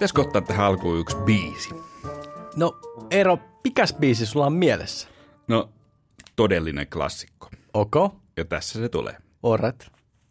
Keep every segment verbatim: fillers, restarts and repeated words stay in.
Pitäisikö ottaa tähän alkuun yksi biisi? No Eero, mikäs biisi sulla on mielessä? No, todellinen klassikko. Okay. Ja tässä se tulee. Alright.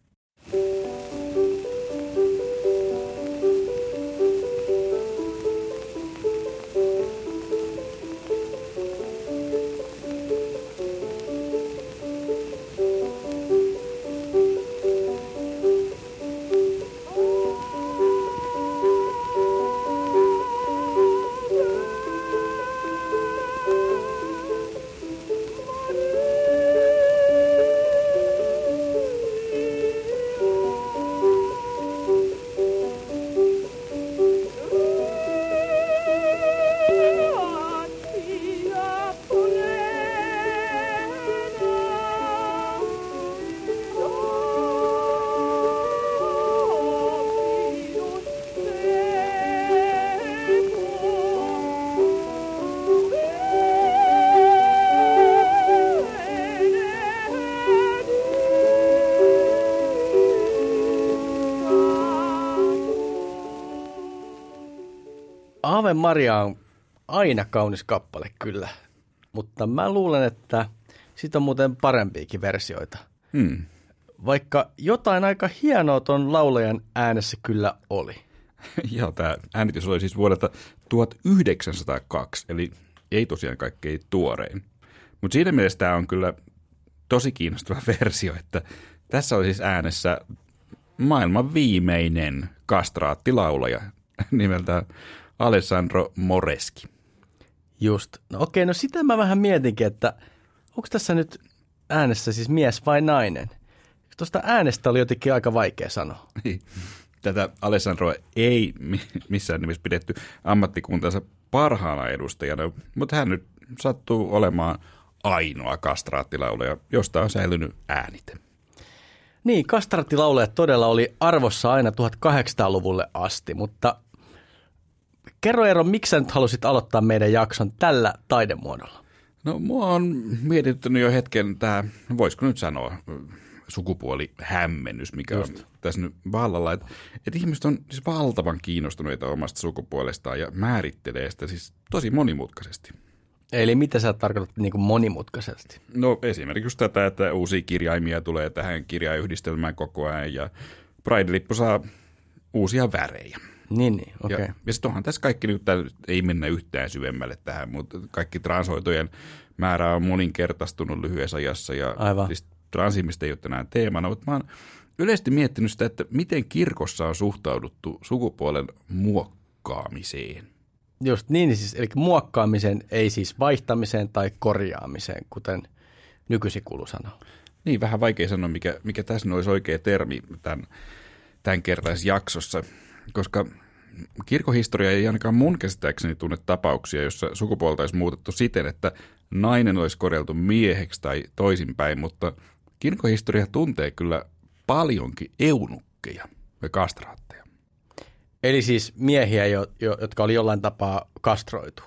Ave Maria on aina kaunis kappale kyllä, mutta mä luulen, että siitä on muuten parempiakin versioita. Hmm. Vaikka jotain aika hienoa ton laulajan äänessä kyllä oli. Joo, tämä äänitys oli siis vuodelta tuhatyhdeksänsataakaksi, eli ei tosiaan kaikkein tuorein. Mutta siinä mielessä tämä on kyllä tosi kiinnostava versio, että tässä oli siis äänessä maailman viimeinen kastraattilaulaja nimeltään Alessandro Moreschi. Just. No okei, no sitä mä vähän mietinkin, että onko tässä nyt äänessä siis mies vai nainen? Tuosta äänestä oli jotenkin aika vaikea sanoa. Tätä Alessandroa ei missään nimessä pidetty ammattikuntansa parhaana edustajana, mutta hän nyt sattuu olemaan ainoa kastraattilaulaja, josta on säilynyt äänite. Niin, kastraattilaulajat todella oli arvossa aina tuhatkahdeksansataaluvulle asti, mutta kerro Eero, miksi sä nyt halusit aloittaa meidän jakson tällä taidemuodolla? No mua on mietitynyt jo hetken tämä, voisiko nyt sanoa, sukupuolihämmennys, mikä Just. on tässä nyt vallalla. Että et ihmiset on siis valtavan kiinnostuneita omasta sukupuolestaan ja määrittelee sitä siis tosi monimutkaisesti. Eli mitä sä tarkoitat niin kuin monimutkaisesti? No esimerkiksi tätä, että uusia kirjaimia tulee tähän kirjayhdistelmään koko ajan ja Pride-lippu saa uusia värejä. Niin, niin okei. Okay. Ja, ja sitten onhan tässä kaikki nyt, ei mennä yhtään syvemmälle tähän, mutta kaikki transhoitojen määrä on moninkertaistunut lyhyessä ajassa ja Aivan. Siis transihmistä ei ole tänään teemana, mutta mä oon yleisesti miettinyt sitä, että miten kirkossa on suhtauduttu sukupuolen muokkaamiseen. Just niin, siis, eli muokkaamiseen, ei siis vaihtamiseen tai korjaamiseen, kuten nykyisin kuuluu sanoa. Niin, vähän vaikea sanoa, mikä, mikä tässä olisi oikea termi tämän, tämän kertaisessa jaksossa, koska kirkkohistoria ei ainakaan mun käsittääkseni tunne tapauksia, jossa sukupuolta olisi muutettu siten, että nainen olisi korjeltu mieheksi tai toisinpäin, mutta kirkkohistoria tuntee kyllä paljonkin eunukkeja ja kastraatteja. Eli siis miehiä, jo, jo, jotka oli jollain tapaa kastroitu.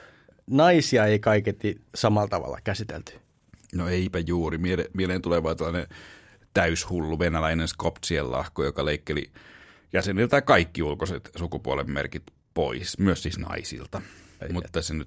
Naisia ei kaiketi samalla tavalla käsitelty. No eipä juuri. Miele, mieleen tulee vaan tällainen täyshullu venäläinen Skoptsien lahko, joka leikkeli jäseniltä kaikki ulkoiset sukupuolen merkit pois, myös siis naisilta. Ei, mutta se nyt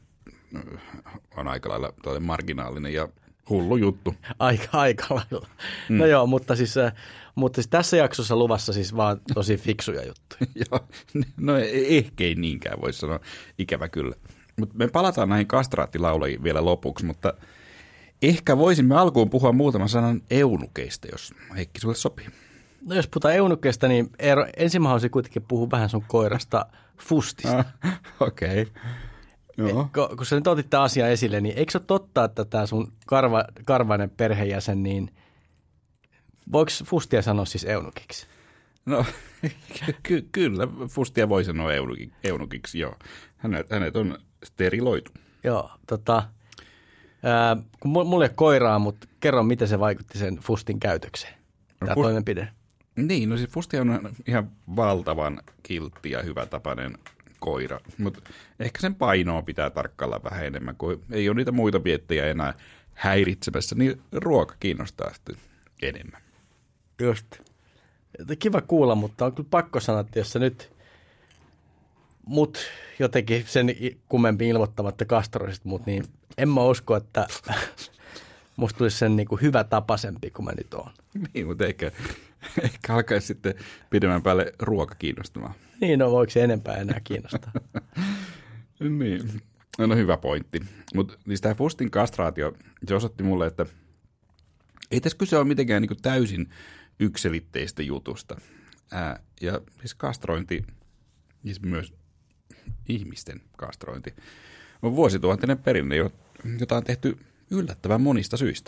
on aika lailla marginaalinen ja hullu juttu. Aika, aika lailla. Mm. No joo, mutta siis, mutta siis tässä jaksossa luvassa siis vaan tosi fiksuja juttuja. Joo, no ehkä ei niinkään voi sanoa, ikävä kyllä. Mutta me palataan näihin kastraattilaulajiin vielä lopuksi, mutta ehkä voisimme alkuun puhua muutaman sanan eunukeista, jos Heikki sulle sopii. No jos puhutaan eunukeista, niin Eero, ensin mä haluaisin kuitenkin puhua vähän sun koirasta Fustista. Ah, okei. Okay. Joo. Kun sä nyt otit tämän asian esille, niin eikö se ole totta, että tämä sun karva, karvainen perheenjäsen, niin voiko Fustia sanoa siis eunukiksi? No ky- kyllä, Fustia voi sanoa eunuki- eunukiksi, joo. Hänet, hänet on steriloitu. Joo, tota, ää, kun mulla ei ole koiraa, mutta kerro, miten se vaikutti sen Fustin käytökseen, tämä no, toimenpide. Niin, no siis Fusti on ihan valtavan kiltti ja hyvätapainen koira, mutta ehkä sen painoa pitää tarkkailla vähän enemmän, kun ei ole niitä muita viettejä enää häiritsemässä, niin ruoka kiinnostaa sitten enemmän. Just. Kiva kuulla, mutta on kyllä pakko sanoa, että jos sä nyt mut jotenkin sen kummempi ilmoittamatta kastroisit mut, niin en mä usko, että musta tulisi sen niin kuin hyvä tapasempi kuin mä nyt oon. Niin, mutta ehkä, ehkä alkaisi sitten pidemmän päälle ruoka kiinnostamaan. Niin, no voiko se enempää enää kiinnostaa? Niin, no hyvä pointti. Mutta siis tämä Fustin kastraatio, se osoitti mulle, että ei tässä kyse ole mitenkään niin kuin täysin yksiselitteistä jutusta. Ää, ja siis kastrointi, siis myös ihmisten kastrointi, on vuosituhantinen perinne, jota on tehty yllättävän monista syistä.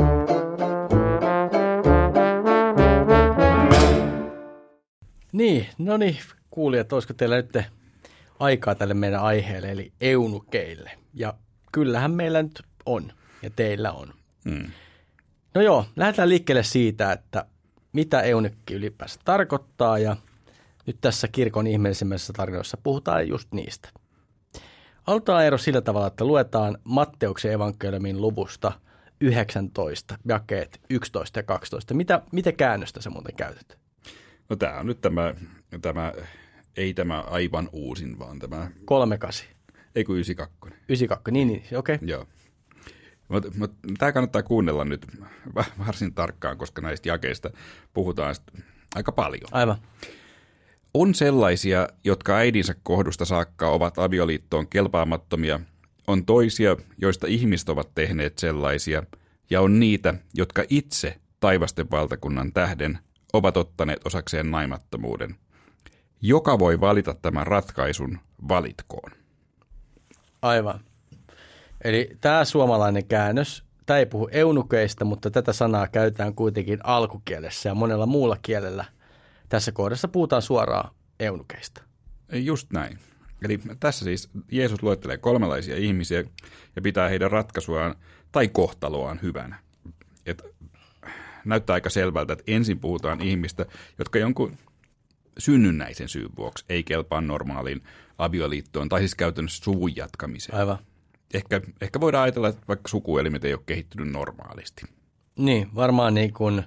Niin, no niin, kuulijat, olisiko teillä nyt aikaa tälle meidän aiheelle, eli eunukeille. Ja kyllähän meillä nyt on, ja teillä on. Hmm. No joo, lähdetään liikkeelle siitä, että mitä eunukki ylipäänsä tarkoittaa, ja nyt tässä kirkon ihmeellisimmässä tarinoissa puhutaan just niistä. Aloitetaan ero sillä tavalla, että luetaan Matteuksen evankeliumin luvusta yhdeksäntoista, jakeet yksitoista ja kaksitoista. Mitä, mitä käännöstä sä muuten käytät? No tämä on nyt tämä, tämä, ei tämä aivan uusin, vaan tämä... kolmekymmentäkahdeksan. Ei kun yhdeksänkymmentäkaksi. yhdeksänkymmentäkaksi, niin, niin okei. Okay. Joo. Mutta mut, tämä kannattaa kuunnella nyt varsin tarkkaan, koska näistä jakeista puhutaan aika paljon. Aivan. On sellaisia, jotka äidinsä kohdusta saakka ovat avioliittoon kelpaamattomia, on toisia, joista ihmiset ovat tehneet sellaisia, ja on niitä, jotka itse taivasten valtakunnan tähden ovat ottaneet osakseen naimattomuuden. Joka voi valita tämän ratkaisun, valitkoon. Aivan. Eli tämä suomalainen käännös, tämä ei puhu eunukeista, mutta tätä sanaa käytetään kuitenkin alkukielessä ja monella muulla kielellä. Tässä kohdassa puhutaan suoraan eunukeista. Just näin. Eli tässä siis Jeesus luettelee kolmenlaisia ihmisiä ja pitää heidän ratkaisuaan tai kohtaloaan hyvänä. Et näyttää aika selvältä, että ensin puhutaan ihmistä, jotka jonkun synnynnäisen syyn vuoksi ei kelpaa normaaliin avioliittoon tai siis käytännössä suvun jatkamiseen. Aivan. Ehkä, ehkä voidaan ajatella, että vaikka sukuelimet ei ole kehittynyt normaalisti. Niin, varmaan niin kuin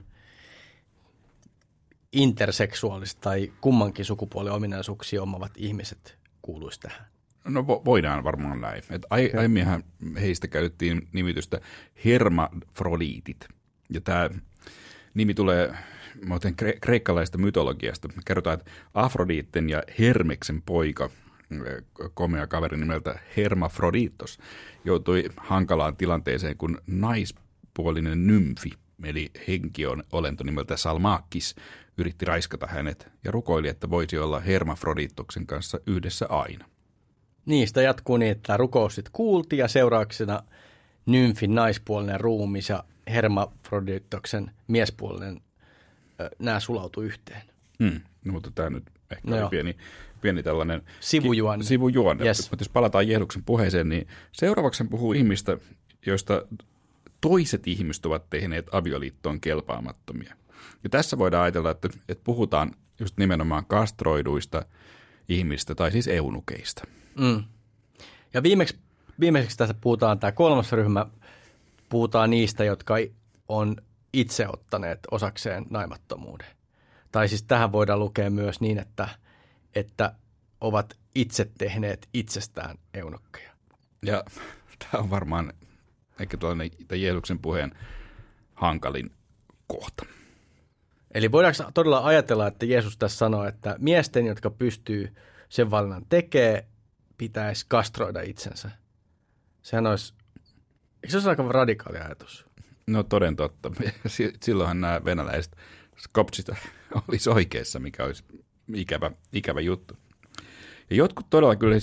interseksuaaliset tai kummankin sukupuolen ominaisuuksia omavat ihmiset kuuluisi tähän. No vo- voidaan varmaan näin. Et ai- aiemminhan heistä käytettiin nimitystä hermafrodiitit. Ja tämä nimi tulee muuten kre- kreikkalaisesta mytologiasta. Kerrotaan, että Afroditten ja Hermeksen poika, komea kaveri nimeltä Hermafroditos, joutui hankalaan tilanteeseen, kun naispuolinen nymfi, eli henki on olento nimeltä Salmaakis, yritti raiskata hänet ja rukoili, että voisi olla Hermafroditoksen kanssa yhdessä aina. Niistä jatkuu niin, että rukous sitten kuultiin ja seurauksena nymfin naispuolinen ruumis ja Hermafroditoksen miespuolinen, nämä sulautui yhteen. Hmm, no, mutta tämä nyt ehkä no oli pieni, pieni tällainen sivujuonne. Ki- sivujuonne. Yes. Mutta jos palataan Jeesuksen puheeseen, niin seuraavaksi hän puhuu ihmistä, joista toiset ihmiset ovat tehneet avioliittoon kelpaamattomia. Ja tässä voidaan ajatella, että, että puhutaan just nimenomaan kastroiduista ihmistä, tai siis eunukeista. Mm. Ja viimeksi, viimeiseksi tässä puhutaan tämä kolmas ryhmä, puhutaan niistä, jotka on itse ottaneet osakseen naimattomuuden. Tai siis tähän voidaan lukea myös niin, että, että ovat itse tehneet itsestään eunukkeja. Ja tämä on varmaan ehkä tuollainen Jeesuksen puheen hankalin kohta. Eli voidaanko todella ajatella, että Jeesus tässä sanoo, että miesten, jotka pystyy sen valinnan tekemään, pitäisi kastroida itsensä? Sehän olisi, eikö se olisi aika radikaali ajatus? No toden totta. Silloinhan nämä venäläiset skopsit olisi oikeassa, mikä olisi ikävä, ikävä juttu. Ja jotkut todella kyllä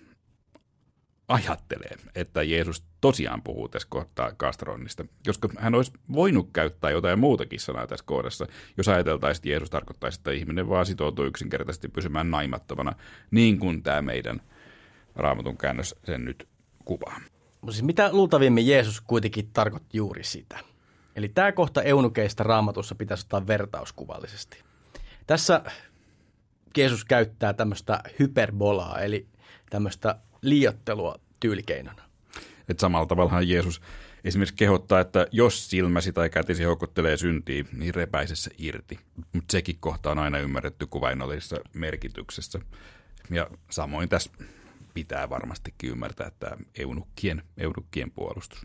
ajattelee, että Jeesus tosiaan puhuu tässä kohtaa kastroinnista, koska hän olisi voinut käyttää jotain muutakin sanaa tässä kohdassa, jos ajateltaisiin, että Jeesus tarkoittaisi, että ihminen vaan sitoutuu yksinkertaisesti pysymään naimattomana, niin kuin tämä meidän Raamatun käännös sen nyt kuvaa. Siis mitä luultavimmin Jeesus kuitenkin tarkoitti juuri sitä. Eli tämä kohta eunukeista Raamatussa pitäisi ottaa vertauskuvallisesti. Tässä Jeesus käyttää tämmöistä hyperbolaa, eli tämmöistä liioittelua tyylikeinona. Et samalla tavallahan Jeesus esimerkiksi kehottaa, että jos silmäsi tai kätisi houkuttelee syntiin, niin repäise se irti. Mutta sekin kohta on aina ymmärretty kuvainollisessa merkityksessä. Ja samoin tässä pitää varmastikin ymmärtää tämä eunukkien, eunukkien puolustus.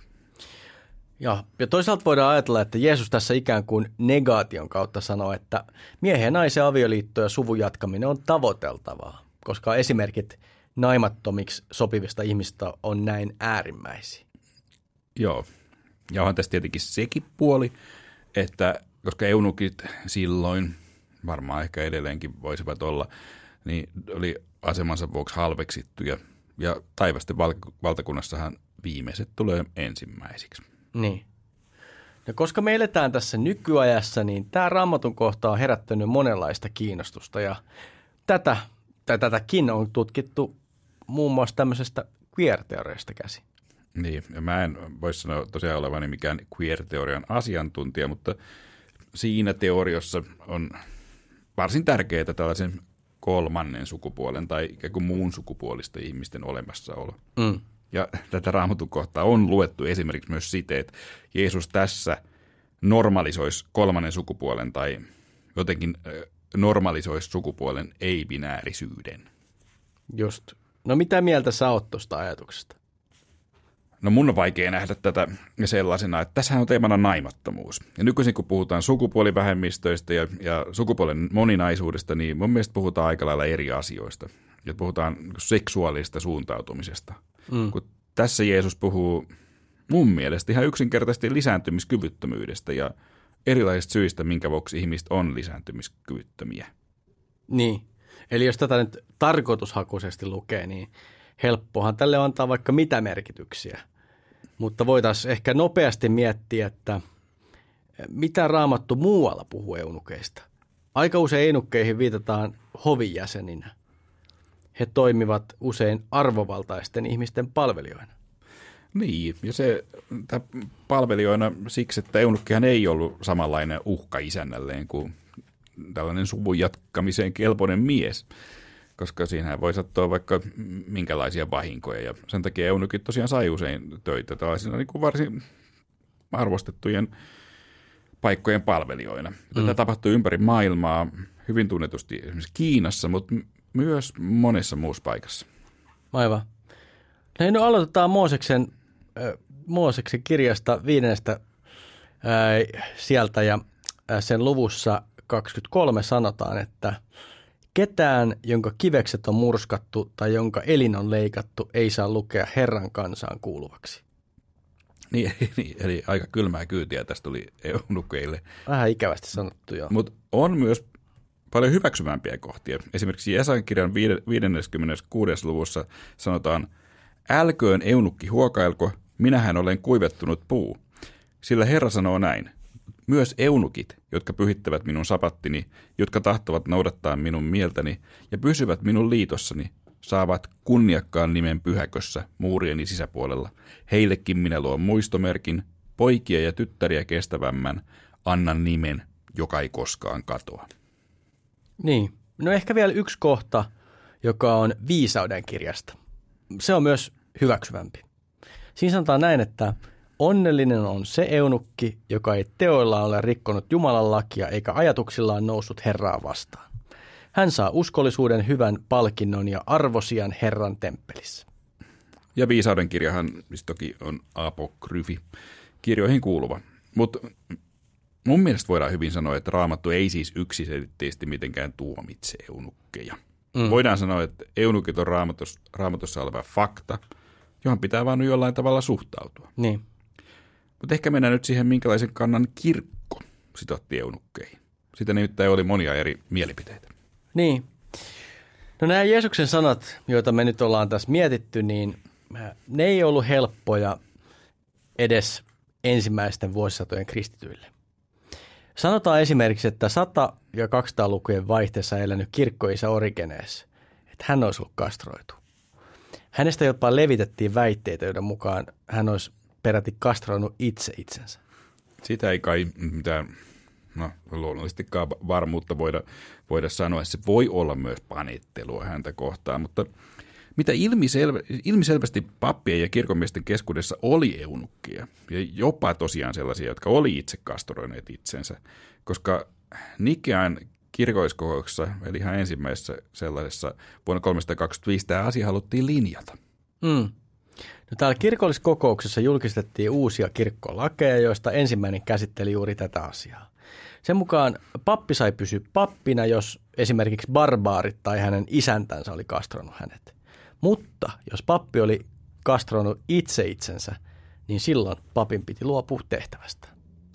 Ja, ja toisaalta voidaan ajatella, että Jeesus tässä ikään kuin negaation kautta sanoo, että miehen ja naisen avioliitto ja suvun jatkaminen on tavoiteltavaa, koska esimerkit naimattomiksi sopivista ihmistä on näin äärimmäisiä. Joo, ja onhan tässä tietenkin sekin puoli, että koska eunukit silloin, varmaan ehkä edelleenkin voisivat olla, niin oli asemansa vuoksi halveksittuja, ja taivasten val- valtakunnassahan viimeiset tulee ensimmäisiksi. Niin. No koska me eletään tässä nykyajassa, niin tämä Raamatun kohta on herättänyt monenlaista kiinnostusta, ja tätä, tai tätäkin on tutkittu muun muassa tämmöisestä queer-teoriasta käsin. Niin, ja mä en voi sanoa tosiaan olevani mikään queer-teorian asiantuntija, mutta siinä teoriassa on varsin tärkeää tällaisen kolmannen sukupuolen tai ikään kuin muun sukupuolista ihmisten olemassaolo. Mm. Ja tätä Raamatun kohtaa on luettu esimerkiksi myös siten, että Jeesus tässä normalisoisi kolmannen sukupuolen tai jotenkin normalisoisi sukupuolen ei-binäärisyyden. Just. No mitä mieltä sä oot tuosta ajatuksesta? No mun on vaikea nähdä tätä sellaisena, että tässähän on teemana naimattomuus. Ja nykyisin kun puhutaan sukupuolivähemmistöistä ja, ja sukupuolen moninaisuudesta, niin mun mielestä puhutaan aika lailla eri asioista. Ja puhutaan seksuaalista suuntautumisesta. Mm. Kun tässä Jeesus puhuu mun mielestä ihan yksinkertaisesti lisääntymiskyvyttömyydestä ja erilaisista syistä, minkä vuoksi ihmiset on lisääntymiskyvyttömiä. Niin. Eli jos tätä nyt tarkoitushakuisesti lukee, niin helppohan tälle antaa vaikka mitä merkityksiä. Mutta voitaisiin ehkä nopeasti miettiä, että mitä Raamattu muualla puhuu eunukeista. Aika usein eunukkeihin viitataan hovijäseninä. He toimivat usein arvovaltaisten ihmisten palvelijoina. Niin, ja se palvelijoina siksi, että eunukkihan ei ollut samanlainen uhka isännälleen kuin tällainen suvun jatkamiseen kelpoinen mies, koska siinähän voi sattua vaikka minkälaisia vahinkoja, ja sen takia eunukit tosiaan sai usein töitä tällaisina niin kuin varsin arvostettujen paikkojen palvelijoina. Tätä mm. tapahtui ympäri maailmaa, hyvin tunnetusti esimerkiksi Kiinassa, mutta myös monessa muussa paikassa. Aivan. No aloitetaan Mooseksen, äh, Mooseksen kirjasta viidennestä äh, sieltä, ja äh, sen luvussa kaksikymmentäkolme sanotaan, että ketään, jonka kivekset on murskattu tai jonka elin on leikattu, ei saa lukea Herran kansaan kuuluvaksi. Niin, eli aika kylmää kyytiä tästä tuli eunukeille. Vähän ikävästi sanottu, joo. Mutta on myös paljon hyväksyvämpiä kohtia. Esimerkiksi Jesajan kirjan viideskymmeneskuudes luvussa sanotaan, älköön eunukki huokailko, minähän olen kuivettunut puu. Sillä Herra sanoo näin, myös eunukit, jotka pyhittävät minun sapattini, jotka tahtovat noudattaa minun mieltäni ja pysyvät minun liitossani, saavat kunniakkaan nimen pyhäkössä muurieni sisäpuolella. Heillekin minä luon muistomerkin, poikia ja tyttäriä kestävämmän, annan nimen, joka ei koskaan katoa. Niin, no ehkä vielä yksi kohta, joka on viisauden kirjasta. Se on myös hyväksyvämpi. Siinä sanotaan näin, että onnellinen on se eunukki, joka ei teoillaan ole rikkonut Jumalan lakia eikä ajatuksillaan noussut Herraa vastaan. Hän saa uskollisuuden, hyvän palkinnon ja arvosian Herran temppelissä. Ja viisauden kirjahan toki on apokryfi, kirjoihin kuuluva. Mutta mun mielestä voidaan hyvin sanoa, että Raamattu ei siis yksiselitteisesti mitenkään tuomitse eunukkeja. Mm. Voidaan sanoa, että eunukit on raamatussa, raamatussa oleva fakta, johon pitää vaan jollain tavalla suhtautua. Niin. Mutta ehkä mennään nyt siihen, minkälaisen kannan kirkko sitotti eunukkeihin. Siitä nimittäin oli monia eri mielipiteitä. Niin. No nämä Jeesuksen sanat, joita me nyt ollaan tässä mietitty, niin ne ei ollut helppoja edes ensimmäisten vuosisatojen kristityille. Sanotaan esimerkiksi, että sata- ja kaksisataa-lukujen vaihteessa elänyt kirkkoisä Origenes, että hän olisi ollut kastroitu. Hänestä jopa levitettiin väitteitä, joiden mukaan hän olisi peräti kastroinut itse itsensä. Sitä ei kai mitään, no luonnollisestikaan varmuutta voida, voida sanoa. Se voi olla myös panettelua häntä kohtaan, mutta mitä ilmiselvä, ilmiselvästi pappien ja kirkonmiesten keskuudessa oli eunukkia, ja jopa tosiaan sellaisia, jotka oli itse kastoroineet itsensä, koska Nikean kirkolliskokouksessa, eli ihan ensimmäisessä sellaisessa vuonna kolmesataakaksikymmentäviisi tämä asia haluttiin linjata. Mm. No, täällä kirkolliskokouksessa julkistettiin uusia kirkkolakeja, joista ensimmäinen käsitteli juuri tätä asiaa. Sen mukaan pappi sai pysyä pappina, jos esimerkiksi barbaarit tai hänen isäntänsä oli kastronut hänet. Mutta jos pappi oli kastronut itse itsensä, niin silloin papin piti luopua tehtävästä.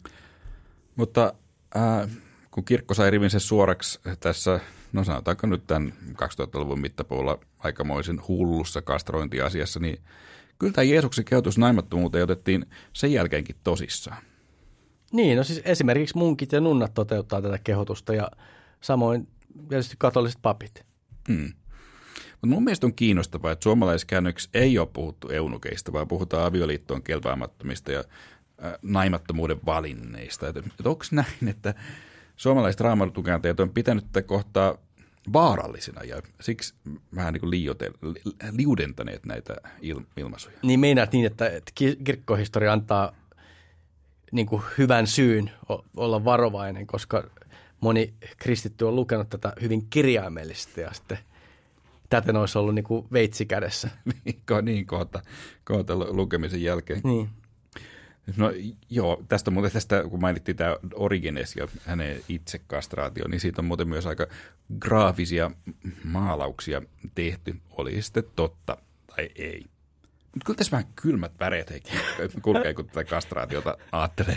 Mutta äh, kun kirkko sai rivinsä suoraksi tässä, no sanotaanko nyt tämän kaksituhattaluvun mittapuolella aikamoisen hullussa kastrointiasiassa, niin kyllä tämä Jeesuksen kehotus naimattomuuteen otettiin sen jälkeenkin tosissaan. Niin, no siis esimerkiksi munkit ja nunnat toteuttaa tätä kehotusta ja samoin tietysti katoliset papit. Hmm. Mutta mun mielestä on kiinnostavaa, että suomalaiskäännöksissä ei ole puhuttu eunukeista, vaan puhutaan avioliittoon kelpaamattomista ja äh, naimattomuuden valinneista. Että et onko näin, että suomalaiset raamatukääntäjät on pitänyt tätä kohtaa vaarallisena ja siksi vähän niin kuin liiote- liudentaneet näitä il- ilmaisuja? Niin meinaat niin, että, että kirkkohistoria antaa niin kuin hyvän syyn olla varovainen, koska moni kristitty on lukenut tätä hyvin kirjaimellisesti ja sitten täten olisi ollut niin kuin veitsi kädessä. niin kohta, kohta lukemisen jälkeen. Niin. No joo, tästä muuten tästä, kun mainittiin tämä Origenes ja hänen itsekastraatio, niin siitä on muuten myös aika graafisia maalauksia tehty, oli sitten totta tai ei. Mutta kyllä tässä vähän kylmät väreet kulkee, kun tätä kastraatiota ajattelee.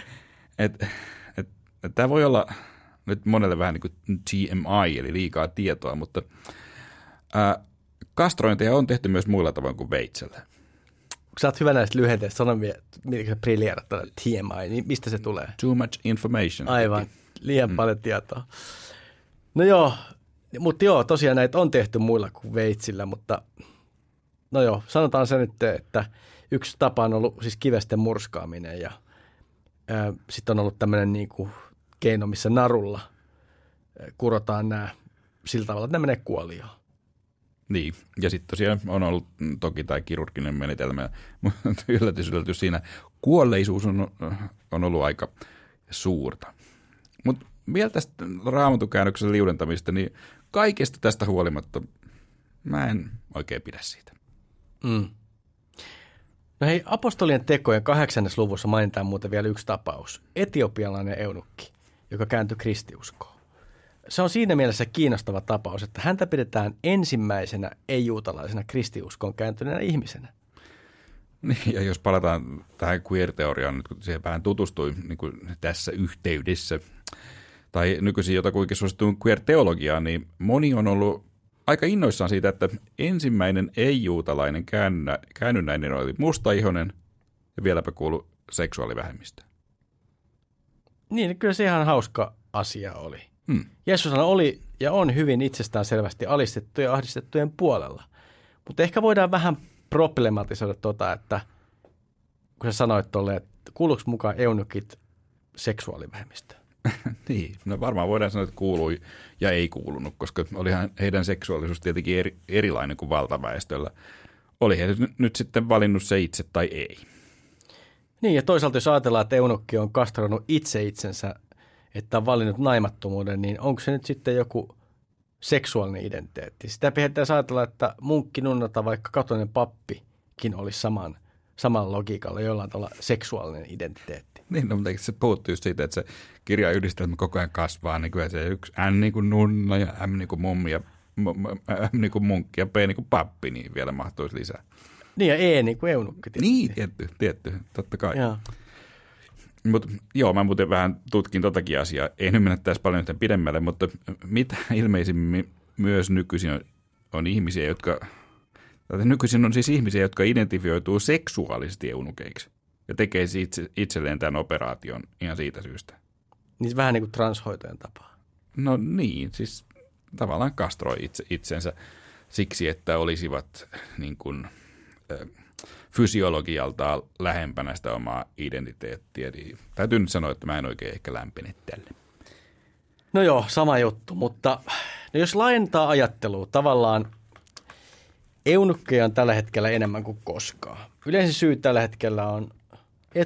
Et, et, et tämä voi olla nyt monelle vähän niin kuin T M I, eli liikaa tietoa, mutta ää, kastrointeja on tehty myös muilla tavoin kuin veitsellä. Kun sä oot hyvä näistä lyhenteistä, sano miten sä briljeerat T M I, niin mistä se tulee? Too much information. Aivan, liian mm. paljon tietoa. No joo, mutta joo, tosiaan näitä on tehty muilla kuin veitsillä, mutta no joo, sanotaan se nyt, että yksi tapa on ollut siis kivesten murskaaminen ja sitten on ollut tämmöinen niinku keino, missä narulla ää, kurotaan nämä sillä tavalla, että ne menee kuolioon. Niin, ja sitten tosiaan on ollut toki tämä kirurginen menetelmä, mutta yllätys, yllätys siinä kuolleisuus on, on ollut aika suurta. Mutta vielä tästä raamatukäännöksen liudentamista, niin kaikesta tästä huolimatta mä en oikein pidä siitä. Mm. No hei, apostolien tekojen kahdeksannes luvussa mainitaan muuten vielä yksi tapaus. Etiopialainen eunukki, joka kääntyi kristiuskoon. Se on siinä mielessä kiinnostava tapaus, että häntä pidetään ensimmäisenä ei-juutalaisena kristiuskoon kääntyneenä ihmisenä. Niin, ja jos palataan tähän queer-teoriaan, nyt kun siihen vähän tutustui niin kuin tässä yhteydessä, tai nykyisin jotakuinkin suosittuun queer-teologiaan, niin moni on ollut aika innoissaan siitä, että ensimmäinen ei-juutalainen käännynnäinen oli mustaihoinen ja vieläpä kuului seksuaalivähemmistö. Niin, kyllä se ihan hauska asia oli. Hmm. Jeesushan oli ja on hyvin itsestään selvästi alistettujen ja ahdistettujen puolella. Mutta ehkä voidaan vähän problematisoida tuota, että kun sä sanoit tolle, että kuuluuko mukaan eunukit seksuaalivähemmistöön? Niin, no varmaan voidaan sanoa, että kuului ja ei kuulunut, koska olihan heidän seksuaalisuus tietenkin eri, erilainen kuin valtaväestöllä. Oli he nyt sitten valinnut se itse tai ei. Niin, ja toisaalta jos ajatellaan, että eunukki on kastroinut itse itsensä, että on valinnut naimattomuuden, niin onko se nyt sitten joku seksuaalinen identiteetti? Sitä pitäisi ajatella, että munkki, nunna tai vaikka katolinen pappikin olisi saman, samalla logiikalla jollain tavalla seksuaalinen identiteetti. Niin, no, mutta se puhuttu just siitä, että se kirjayhdistelmä koko ajan kasvaa, niin kyllä se yksi N niin kuin nunna ja M niin kuin mummi ja M niin kuin munkki ja P niin kuin pappi, niin vielä mahtuisi lisää. Niin ja E niin kuin eunukki. Tietysti. Niin, tietty, tietty, totta kai. Joo. Mutta joo, mä muuten vähän tutkin totakin asiaa. Ei nyt mennä tässä paljon yhtään pidemmälle, mutta mitä ilmeisimmin myös nykyisin on, on ihmisiä, jotka, nykyisin on siis ihmisiä, jotka identifioituu seksuaalisesti eunukeiksi ja tekee itse, itselleen tämän operaation ihan siitä syystä. Niin vähän niin kuin transhoitojen tapaa. No niin, siis tavallaan kastroi itse, itsensä siksi, että olisivat niin kuin fysiologialtaan lähempänä sitä omaa identiteettiä. Eli täytyy nyt sanoa, että mä en oikein ehkä lämpene tälle. No joo, sama juttu, mutta no jos laajentaa ajattelua, tavallaan eunukkeja on tällä hetkellä enemmän kuin koskaan. Yleisin syy tällä hetkellä on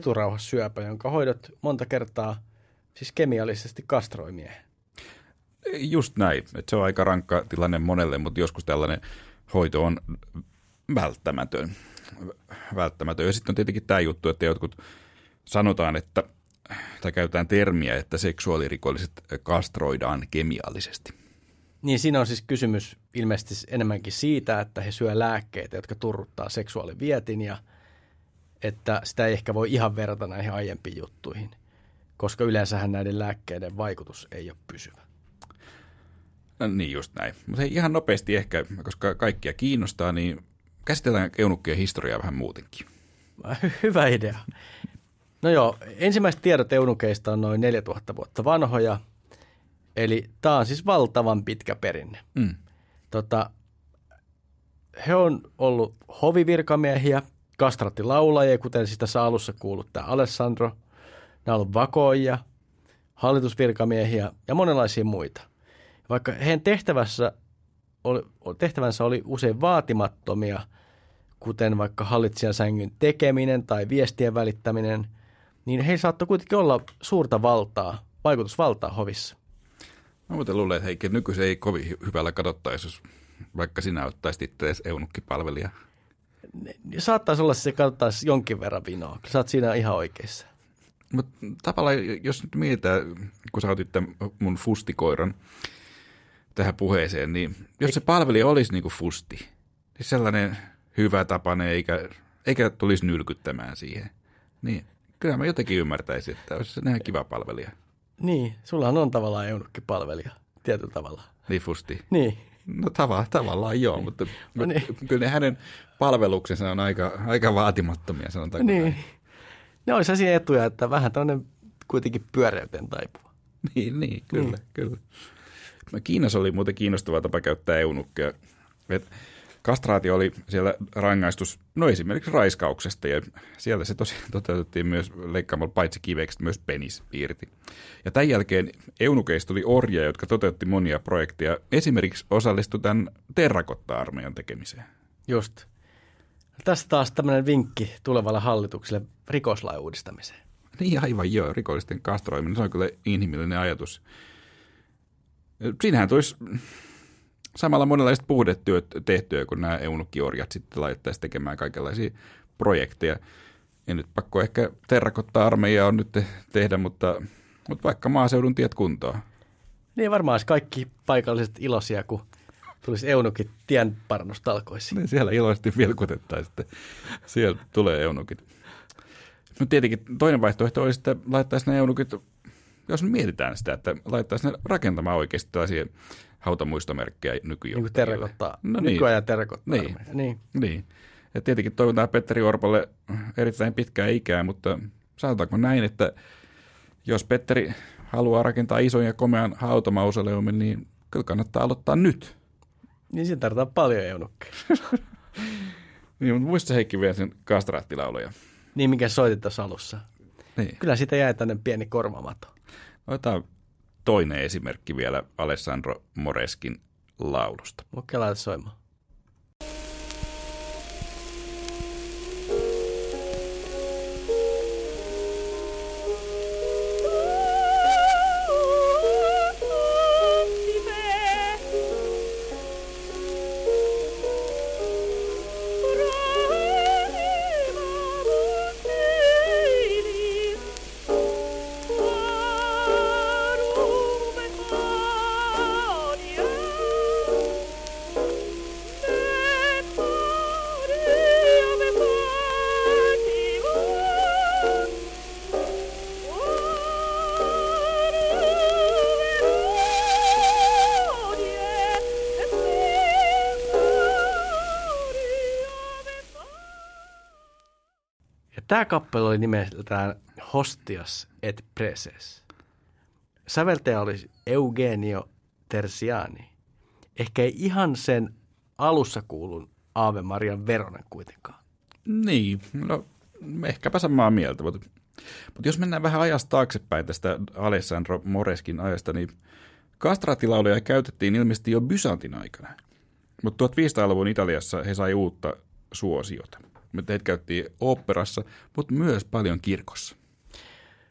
eturauhassyöpä, jonka hoidot monta kertaa siis kemiallisesti kastroi miehen. Just näin. Että se on aika rankka tilanne monelle, mutta joskus tällainen hoito on välttämätön. välttämätön. Ja sitten on tietenkin tämä juttu, että jotkut sanotaan, että, tai käytetään termiä, että seksuaalirikolliset kastroidaan kemiallisesti. Niin siinä on siis kysymys ilmeisesti enemmänkin siitä, että he syö lääkkeitä, jotka turruttaa seksuaalivietin ja että sitä ei ehkä voi ihan verrata näihin aiempiin juttuihin, koska yleensähän näiden lääkkeiden vaikutus ei ole pysyvä. No niin just näin. Mutta ihan nopeasti ehkä, koska kaikkia kiinnostaa, niin käsitellään eunukkien historiaa vähän muutenkin. Hyvä idea. No joo, ensimmäiset tiedot eunukeista on noin neljätuhatta vuotta vanhoja, eli tämä on siis valtavan pitkä perinne. Mm. Tota, he on ollut hovivirkamiehiä, kastrattilaulajia, kuten siis tässä alussa kuullut tämä Alessandro. Nämä on ollut vakoijia, hallitusvirkamiehiä ja monenlaisia muita. Vaikka heidän tehtävässä oli, tehtävänsä oli usein vaatimattomia, kuten vaikka hallitsijan sängyn tekeminen tai viestien välittäminen, niin he saattoi kuitenkin olla suurta valtaa, vaikutusvaltaa hovissa. Mä muuten luulen, että Heikki, nykyisin ei kovin hyvällä katsottaisi, jos vaikka sinä ottaisit itse eunukkipalvelija. Saattaisi olla, että se katsottaisi jonkin verran vinoa. Sä oot siinä ihan oikeassa. Mutta tavallaan, jos nyt mietitään, kun sä otit tämän mun fustikoiran tähän puheeseen, niin jos se palvelija olisi niin kuin fusti, niin sellainen hyvä tapainen eikä, eikä tulisi nylkyttämään siihen, niin kyllä mä jotenkin ymmärtäisin, että olisi se ihan kiva palvelija. Niin, sullahan on tavallaan eunukkipalvelija tietyllä tavalla. Niin fusti. Niin. No tava, tavallaan joo, mutta no niin. Kyllä ne hänen palveluksensa on aika, aika vaatimattomia, sanotaanko niin. näin. Ne olisi sellaisia etuja, että vähän tämmöinen kuitenkin pyöreyteen taipuva. Niin, niin kyllä, niin. kyllä. Kiinassa oli muuten kiinnostava tapa käyttää eunukkeja. Kastraatio oli siellä rangaistus, no esimerkiksi raiskauksesta, ja siellä se tosiaan toteutettiin myös leikkaamalla paitsi kiveksi myös penis irti. Ja tämän jälkeen eunukeista tuli orjia, jotka toteutti monia projekteja, esimerkiksi osallistui tämän terrakotta-armeijan tekemiseen. Just. Tässä taas tämmöinen vinkki tulevalle hallitukselle rikoslain uudistamiseen. Niin aivan joo, rikollisten kastroiminen, se on kyllä inhimillinen ajatus. Siinähän tulisi samalla monenlaiset puhdetyöt tehtyä, kun nämä eunukkiorjat sitten laittaisi tekemään kaikenlaisia projekteja. Ja nyt pakko ehkä terrakotta-armeijaa on nyt tehdä, mutta, mutta vaikka maaseudun tiet kuntoon. Niin varmaan olisi kaikki paikalliset iloisia, kun tulisi eunukit tienparannustalkoisiin. Niin siellä iloisesti vilkutettaisiin, että siellä tulee eunukit. No tietenkin toinen vaihtoehto olisi, että laittaisi ne eunukit, jos mietitään sitä, että laittaisi ne rakentamaan oikeasti tällaisia hautamuistomerkkejä nykyjohtajille. Niin kuin terrakottaa, no nykyajan niin. terrakottaa. Niin. niin. niin. Ja tietenkin toivotaan Petteri Orpolle erittäin pitkää ikää, mutta sanotaanko näin, että jos Petteri haluaa rakentaa ison ja komean hautamausoleumin, niin kyllä kannattaa aloittaa nyt. Niin siinä tarvitaan paljon eunukkeja. Niin, mutta muista Heikki vielä sen kastraattilauluja. Niin, mikä soitit tuossa alussa. Niin. Kyllä siitä jäi tänne pieni korvamato. Otetaan toinen esimerkki vielä Alessandro Moreskin laulusta. Okei, laita soimaan. Tämä kappale oli nimeltään Hostias et Preces. Säveltäjä oli Eugenio Terziani. Ehkä ei ihan sen alussa kuulun Ave Marian Veronen kuitenkaan. Niin, no ehkäpä samaa mieltä. Mutta, mutta jos mennään vähän ajasta taaksepäin tästä Alessandro Moreskin ajasta, niin kastraattilauluja käytettiin ilmeisesti jo Byzantin aikana. Mutta tuhatviisisataaluvun Italiassa he sai uutta suosiota. Mutta heitä käyttiin oopperassa, mutta myös paljon kirkossa.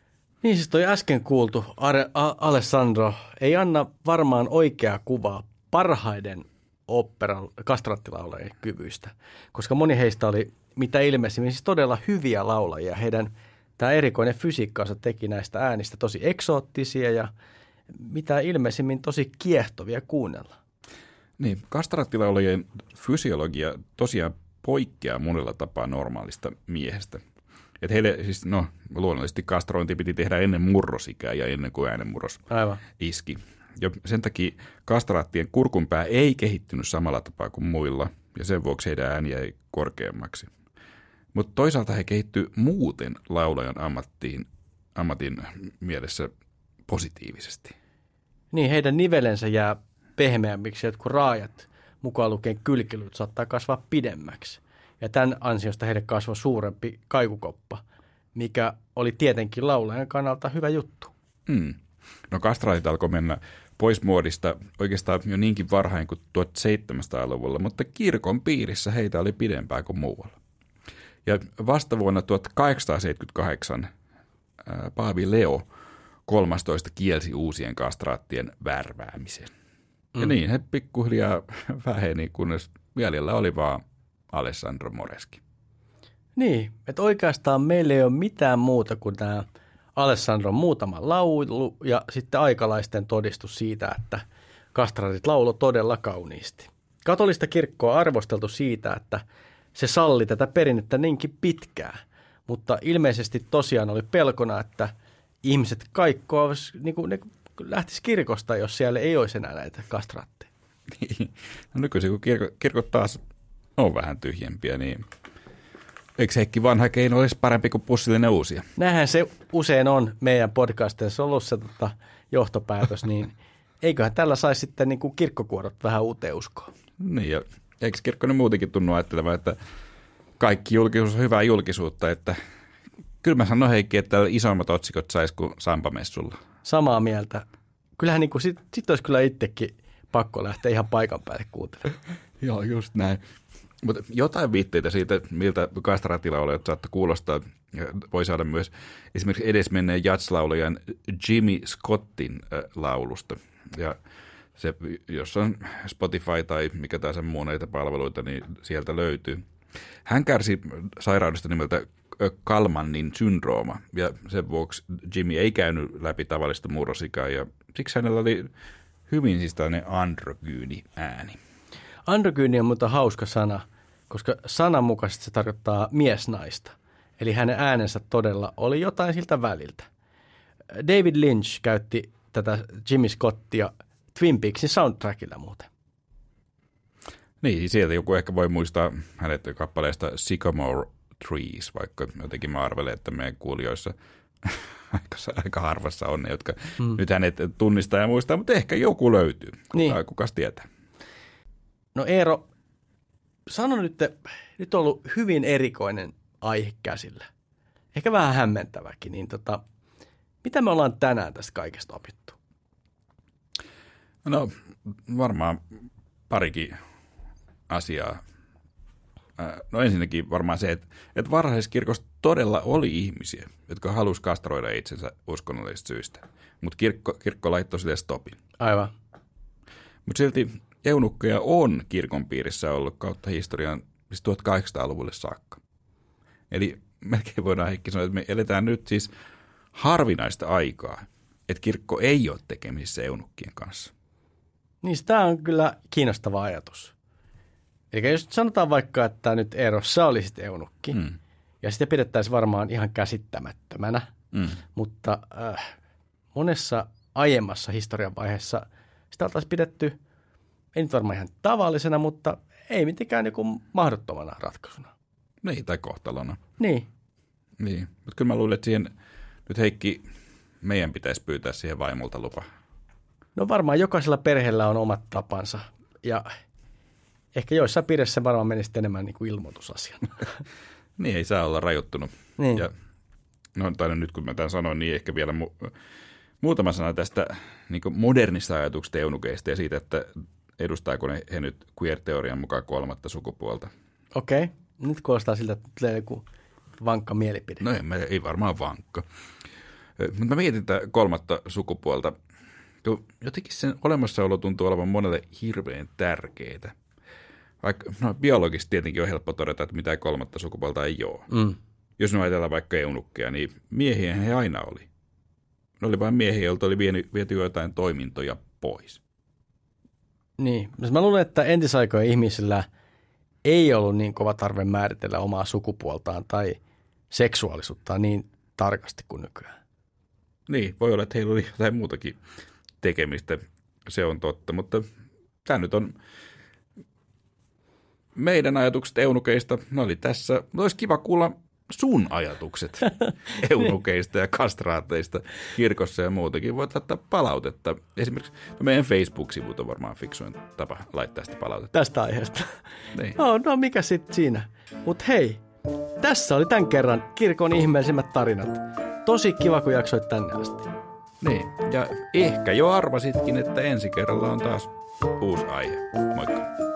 Niin siis toi äsken kuultu Are, A, Alessandro ei anna varmaan oikeaa kuvaa parhaiden opera kastraattilaulajien kyvyistä, koska moni heistä oli mitä ilmeisimmin siis todella hyviä laulajia. Heidän tämä erikoinen fysiikkaansa teki näistä äänistä tosi eksoottisia ja mitä ilmeisimmin tosi kiehtovia kuunnella. Niin, kastraattilaulajien fysiologia tosiaan poikkeaa monella tapaa normaalista miehestä. Että heille siis, no luonnollisesti kastrointi piti tehdä ennen murrosikää ja ennen kuin äänenmurros Aivan. iski. Ja sen takia kastraattien kurkunpää ei kehittynyt samalla tapaa kuin muilla ja sen vuoksi heidän ääni jäi korkeammaksi. Mutta toisaalta he kehittyivät muuten laulajan ammattiin, ammatin mielessä positiivisesti. Niin, heidän nivelensä jää pehmeämmiksi, jotkut raajat, mukaan lukien kylkilyt, saattaa kasvaa pidemmäksi. Ja tämän ansiosta heille kasvoi suurempi kaikukoppa, mikä oli tietenkin laulajan kannalta hyvä juttu. Hmm. No kastraatit alkoi mennä pois muodista oikeastaan jo niinkin varhain kuin tuhatseitsemänsataaluvulla, mutta kirkon piirissä heitä oli pidempää kuin muualla. Ja vasta vuonna tuhatkahdeksansataaseitsemänkymmentäkahdeksan ää, Paavi Leo kolmastoista kielsi uusien kastraattien värväämisen. Mm. Ja niin, he pikkuhiljaa väheni, kunnes jäljellä oli vaan Alessandro Moreschi. Niin, että oikeastaan meillä ei ole mitään muuta kuin tämä Alessandron muutama laulu ja sitten aikalaisten todistus siitä, että kastraatit laulo todella kauniisti. Katolista kirkkoa on arvosteltu siitä, että se salli tätä perinnettä niinkin pitkään, mutta ilmeisesti tosiaan oli pelkona, että ihmiset kaikkoa niin kuin ne lähtisi kirkosta, jos siellä ei olisi enää näitä kastraatteja. No nykyisin, kun kirko, kirkot taas on vähän tyhjempiä, niin eikö Heikki vanha keino olisi parempi kuin pussillinen uusia? Näinhän se usein on meidän podcasteissa ollut se tota, johtopäätös, niin eiköhän tällä saisi sitten niin kuin kirkkokuorot vähän uuteen uskoon. Niin, ja eikö kirkko nyt muutenkin tunnu ajattelemaan, että kaikki julkisuus on hyvää julkisuutta, että kyllä mä sanon Heikki, että isommat otsikot saisi kuin Sampamessulla. Samaa mieltä. Kyllähän niin kuin sit, sit olisi kyllä itsekin pakko lähteä ihan paikan päälle kuuntelemaan. Joo, just näin. Mutta jotain viitteitä siitä, miltä kastraattilaulajat saattaa kuulostaa, voi saada myös esimerkiksi edesmenneen jazz-laulajan Jimmy Scottin laulusta. Ja se, jos on Spotify tai mikä tahansa muu näitä palveluita, niin sieltä löytyy. Hän kärsi sairaudesta nimeltä Kalmanin syndrooma, ja sen vuoksi Jimmy ei käynyt läpi tavallista murrosikaa, ja siksi hänellä oli hyvin siis tällainen androgyyni ääni. Androgyyni on mutta hauska sana, koska sananmukaisesti se tarkoittaa miesnaista. Eli hänen äänensä todella oli jotain siltä väliltä. David Lynch käytti tätä Jimmy Scottia Twin Peaksin soundtrackilla muuten. Niin, sieltä joku ehkä voi muistaa hänet kappaleesta Sycamore Trees, vaikka jotenkin mä arvelen, että meidän kuulijoissa aika, aika harvassa on ne, jotka hmm. nyt hänet tunnistaa ja muistaa, mutta ehkä joku löytyy. Kuka, niin. Kukas tietää? No Eero, sano nyt, nyt on ollut hyvin erikoinen aihe käsillä. Ehkä vähän hämmentäväkin, niin tota, mitä me ollaan tänään tästä kaikesta opittu? No varmaan parikin asiaa. No ensinnäkin varmaan se, että, että varhaiskirkossa todella oli ihmisiä, jotka halusi kastroida itsensä uskonnollisista syistä, mutta kirkko, kirkko laittoi sille stopin. Aivan. Mutta silti eunukkeja on kirkon piirissä ollut kautta historian siis tuhatkahdeksansataaluvulle saakka. Eli melkein voidaan Heikki sanoa, että me eletään nyt siis harvinaista aikaa, että kirkko ei ole tekemisissä eunukkien kanssa. Niin tämä on kyllä kiinnostava ajatus. Eli jos sanotaan vaikka, että nyt Eero, sä olisit eunukki, mm. ja sitä pidettäisiin varmaan ihan käsittämättömänä, mm. mutta äh, monessa aiemmassa historian vaiheessa sitä oltaisiin pidetty, ei nyt varmaan ihan tavallisena, mutta ei mitenkään niin mahdottomana ratkaisuna. Niin, tai kohtalona. Niin. Niin, mutta kyllä mä luulen, että siihen nyt Heikki, meidän pitäisi pyytää siihen vaimolta lupa. No varmaan jokaisella perheellä on omat tapansa, ja ehkä joissain piirissä varmaan menisi enemmän niin kuin ilmoitusasian. Niin, ei saa olla rajoittunut. Niin. Ja, no tai nyt kun mä tämän sanoin, niin ehkä vielä mu- muutama sana tästä niin kuin modernista ajatuksesta eunukeista ja siitä, että edustaako ne he nyt queer-teorian mukaan kolmatta sukupuolta. Okei, okay. Nyt kuulostaa siltä, että tulee joku vankka mielipide. No ei, ei varmaan vankka. Mutta mä mietin tätä kolmatta sukupuolta. Jotenkin sen olemassaolo tuntuu olevan monelle hirveän tärkeää. Vaikka no, biologisesti tietenkin on helppo todeta, että mitään kolmatta sukupuolta ei ole. Mm. Jos me ajatellaan vaikka eunukkeja, niin miehiä he aina oli. Ne oli vain miehiä, joilta oli viety jotain toimintoja pois. Niin. Mä luulen, että entisaikojen ihmisillä ei ollut niin kova tarve määritellä omaa sukupuoltaan tai seksuaalisuuttaan niin tarkasti kuin nykyään. Niin, voi olla, että heillä oli jotain muutakin tekemistä. Se on totta, mutta tämä nyt on meidän ajatukset eunukeista. Ne oli tässä. Mutta olisi kiva kuulla sun ajatukset eunukeista ja kastraateista kirkossa ja muutakin. Voit laittaa palautetta. Esimerkiksi meidän Facebook-sivut on varmaan fiksuin tapa laittaa sitä palautetta. Tästä aiheesta. Niin. No, no mikä sitten siinä? Mutta hei, tässä oli tämän kerran kirkon ihmeellisimmät tarinat. Tosi kiva, kun jaksoit tänne asti. Niin, ja ehkä jo arvasitkin, että ensi kerralla on taas uusi aihe. Moikka!